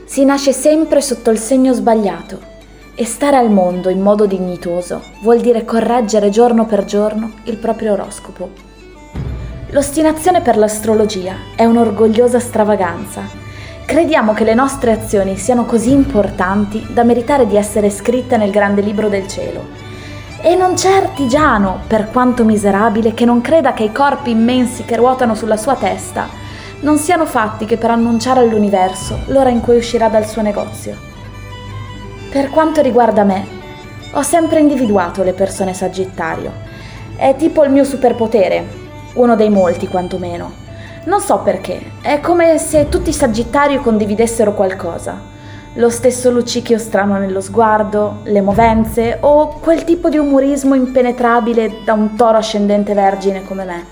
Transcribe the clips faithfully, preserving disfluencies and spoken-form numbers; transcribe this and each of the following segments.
Si nasce sempre sotto il segno sbagliato e stare al mondo in modo dignitoso vuol dire correggere giorno per giorno il proprio oroscopo. L'ostinazione per l'astrologia è un'orgogliosa stravaganza. Crediamo che le nostre azioni siano così importanti da meritare di essere scritte nel grande libro del cielo. E non c'è artigiano, per quanto miserabile, che non creda che i corpi immensi che ruotano sulla sua testa non siano fatti che per annunciare all'universo l'ora in cui uscirà dal suo negozio. Per quanto riguarda me, ho sempre individuato le persone Sagittario. È tipo il mio superpotere, uno dei molti quantomeno. Non so perché, è come se tutti i Sagittario condividessero qualcosa. Lo stesso luccichio strano nello sguardo, le movenze o quel tipo di umorismo impenetrabile da un toro ascendente vergine come me.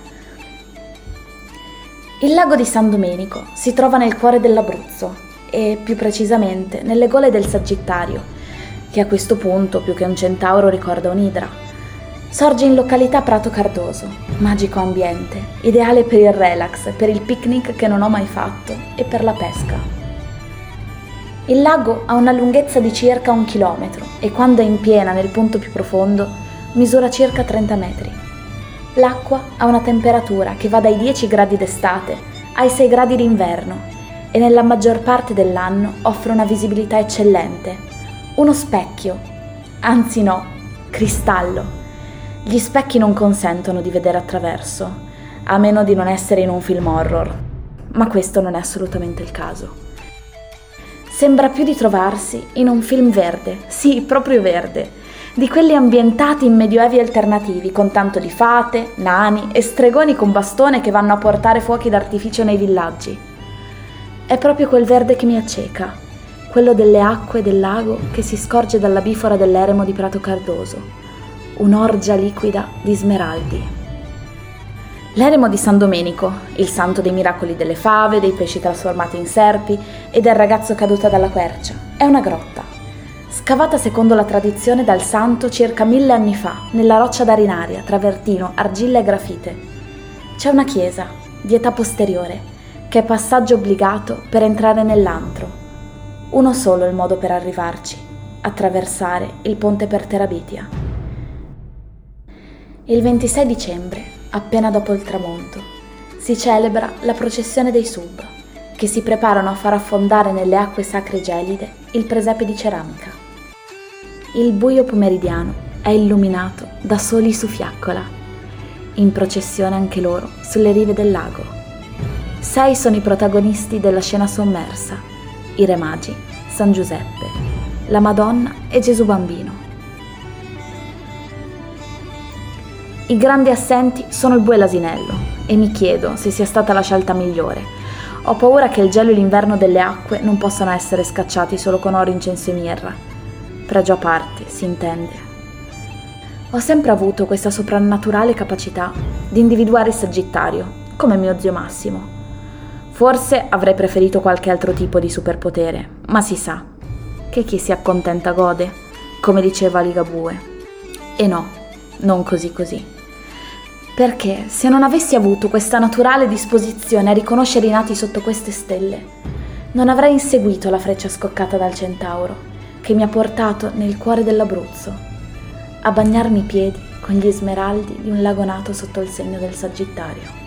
Il lago di San Domenico si trova nel cuore dell'Abruzzo e più precisamente nelle gole del Sagittario, che a questo punto più che un centauro ricorda un'idra. Sorge in località Prato Cardoso, magico ambiente, ideale per il relax, per il picnic che non ho mai fatto e per la pesca. Il lago ha una lunghezza di circa un chilometro e quando è in piena nel punto più profondo misura circa trenta metri. L'acqua ha una temperatura che va dai dieci gradi d'estate ai sei gradi d'inverno e nella maggior parte dell'anno offre una visibilità eccellente. Uno specchio, anzi no, cristallo. Gli specchi non consentono di vedere attraverso, a meno di non essere in un film horror, ma questo non è assolutamente il caso. Sembra più di trovarsi in un film verde, sì, proprio verde, di quelli ambientati in medioevi alternativi, con tanto di fate, nani e stregoni con bastone che vanno a portare fuochi d'artificio nei villaggi. È proprio quel verde che mi acceca, quello delle acque del lago che si scorge dalla bifora dell'eremo di Prato Cardoso, un'orgia liquida di smeraldi. L'eremo di San Domenico, il santo dei miracoli delle fave, dei pesci trasformati in serpi e del ragazzo caduto dalla quercia, è una grotta. Scavata secondo la tradizione dal santo circa mille anni fa, nella roccia d'Arinaria, travertino, argilla e grafite. C'è una chiesa, di età posteriore, che è passaggio obbligato per entrare nell'antro. Uno solo il modo per arrivarci, attraversare il ponte per Terabitia. Il ventisei dicembre, appena dopo il tramonto, si celebra la processione dei sub, che si preparano a far affondare nelle acque sacre gelide il presepe di ceramica. Il buio pomeridiano è illuminato da soli su fiaccola, in processione anche loro sulle rive del lago. Sei sono i protagonisti della scena sommersa: i Re Magi, San Giuseppe, la Madonna e Gesù Bambino. I grandi assenti sono il bue e l'asinello e mi chiedo se sia stata la scelta migliore. Ho paura che il gelo e l'inverno delle acque non possano essere scacciati solo con oro, incenso e mirra. Pregio a parte, si intende. Ho sempre avuto questa soprannaturale capacità di individuare il Sagittario, come mio zio Massimo. Forse avrei preferito qualche altro tipo di superpotere, ma si sa che chi si accontenta gode, come diceva Ligabue. E no, non così così. Perché se non avessi avuto questa naturale disposizione a riconoscere i nati sotto queste stelle, non avrei inseguito la freccia scoccata dal centauro, che mi ha portato nel cuore dell'Abruzzo, a bagnarmi i piedi con gli smeraldi di un lago nato sotto il segno del Sagittario.